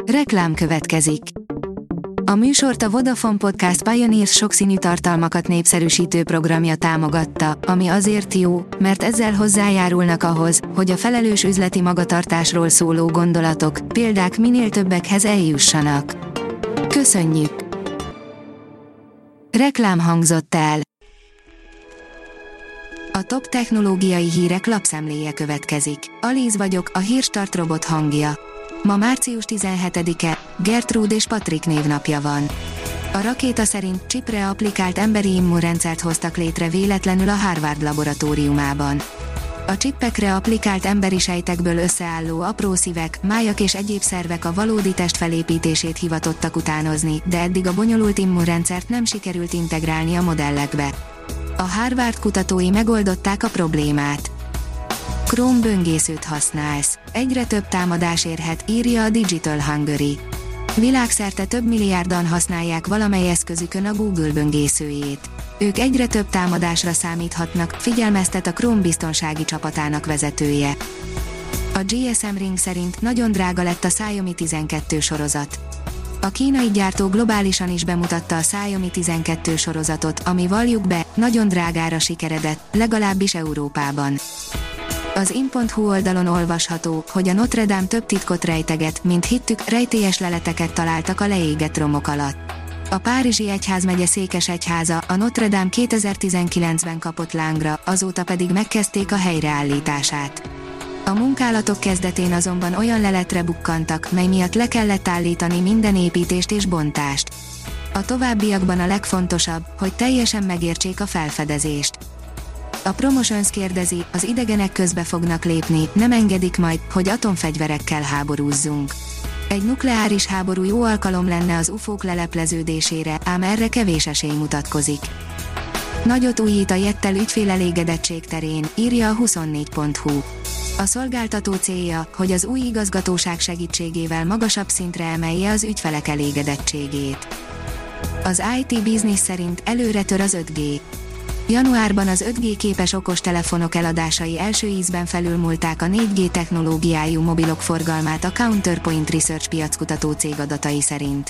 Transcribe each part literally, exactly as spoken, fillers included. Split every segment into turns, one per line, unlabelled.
Reklám következik. A műsort a Vodafone Podcast Pioneers sokszínű tartalmakat népszerűsítő programja támogatta, ami azért jó, mert ezzel hozzájárulnak ahhoz, hogy a felelős üzleti magatartásról szóló gondolatok, példák minél többekhez eljussanak. Köszönjük! Reklám hangzott el. A top technológiai hírek lapszemléje következik. Alíz vagyok, a Hírstart robot hangja. Ma március tizenhetedike, Gertrude és Patrik névnapja van. A rakéta szerint csipre applikált emberi immunrendszert hoztak létre véletlenül a Harvard laboratóriumában. A csippekre applikált emberi sejtekből összeálló apró szívek, májak és egyéb szervek a valódi test felépítését hivatottak utánozni, de eddig a bonyolult immunrendszert nem sikerült integrálni a modellekbe. A Harvard kutatói megoldották a problémát. Chrome böngészőt használsz. Egyre több támadás érhet, írja a Digital Hungary. Világszerte több milliárdan használják valamely eszközükön a Google böngészőjét. Ők egyre több támadásra számíthatnak, figyelmeztet a Chrome biztonsági csapatának vezetője. A gé es em Ring szerint nagyon drága lett a Xiaomi tizenkettő sorozat. A kínai gyártó globálisan is bemutatta a Xiaomi tizenkettő sorozatot, ami valljuk be, nagyon drágára sikeredett, legalábbis Európában. Az in pont hu oldalon olvasható, hogy a Notre Dame több titkot rejteget, mint hittük, rejtélyes leleteket találtak a leégett romok alatt. A párizsi egyházmegye székesegyháza, a Notre Dame kétezer-tizenkilencben kapott lángra, azóta pedig megkezdték a helyreállítását. A munkálatok kezdetén azonban olyan leletre bukkantak, mely miatt le kellett állítani minden építést és bontást. A továbbiakban a legfontosabb, hogy teljesen megértsék a felfedezést. A Promotions kérdezi, az idegenek közbe fognak lépni, nem engedik majd, hogy atomfegyverekkel háborúzzunk. Egy nukleáris háború jó alkalom lenne az ufók lelepleződésére, ám erre kevés esély mutatkozik. Nagyot újít a Jettel ügyfélelégedettség terén, írja a huszonnégy pont hu. A szolgáltató célja, hogy az új igazgatóság segítségével magasabb szintre emelje az ügyfelek elégedettségét. Az i té Business szerint előre tör az öt gé. Januárban az öt gé képes okostelefonok eladásai első ízben felülmúlták a négy gé technológiájú mobilok forgalmát a Counterpoint Research piackutató cég adatai szerint.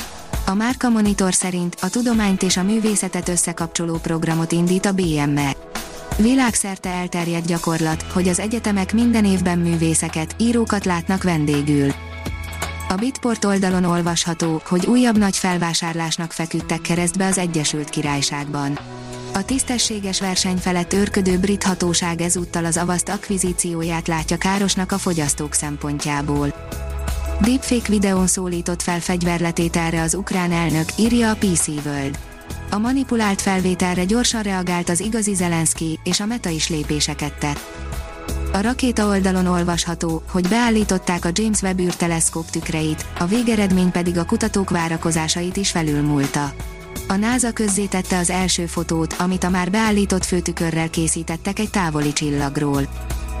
A Márka Monitor szerint a tudományt és a művészetet összekapcsoló programot indít a bé em e. Világszerte elterjedt gyakorlat, hogy az egyetemek minden évben művészeket, írókat látnak vendégül. A Bitport oldalon olvasható, hogy újabb nagy felvásárlásnak feküdtek keresztbe az Egyesült Királyságban. A tisztességes verseny felett őrködő brit hatóság ezúttal az Avast akvizícióját látja károsnak a fogyasztók szempontjából. Deepfake videón szólított fel fegyverletételre az ukrán elnök, írja a pé cé World. A manipulált felvételre gyorsan reagált az igazi Zelenszky, és a Meta is lépéseket tett. A rakéta oldalon olvasható, hogy beállították a James Webb űrteleszkóp tükreit, a végeredmény pedig a kutatók várakozásait is felülmúlta. A NASA közzétette az első fotót, amit a már beállított főtükörrel készítettek egy távoli csillagról.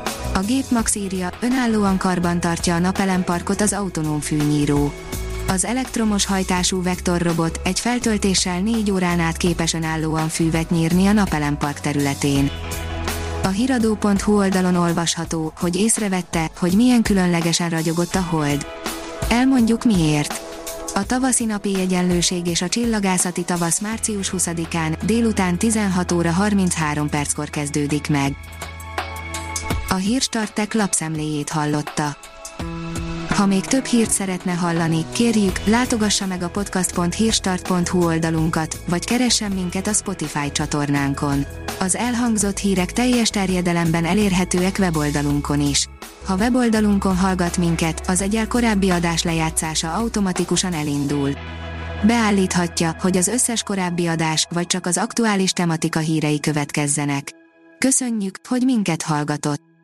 A Gépmax írja, önállóan karban tartja a napelemparkot az autonóm fűnyíró. Az elektromos hajtású vektorrobot egy feltöltéssel négy órán át képes önállóan fűvet nyírni a napelempark területén. A hiradó pont hu oldalon olvasható, hogy észrevette, hogy milyen különlegesen ragyogott a hold. Elmondjuk miért. A tavaszi napi egyenlőség és a csillagászati tavasz március huszadikán, délután tizenhat óra harminchárom perckor kezdődik meg. A Hírstart Tech lapszemléjét hallotta. Ha még több hírt szeretne hallani, kérjük, látogassa meg a podcast pont hírstart pont hu oldalunkat, vagy keressen minket a Spotify csatornánkon. Az elhangzott hírek teljes terjedelemben elérhetőek weboldalunkon is. Ha weboldalunkon hallgat minket, az egyel korábbi adás lejátszása automatikusan elindul. Beállíthatja, hogy az összes korábbi adás, vagy csak az aktuális tematika hírei következzenek. Köszönjük, hogy minket hallgatott!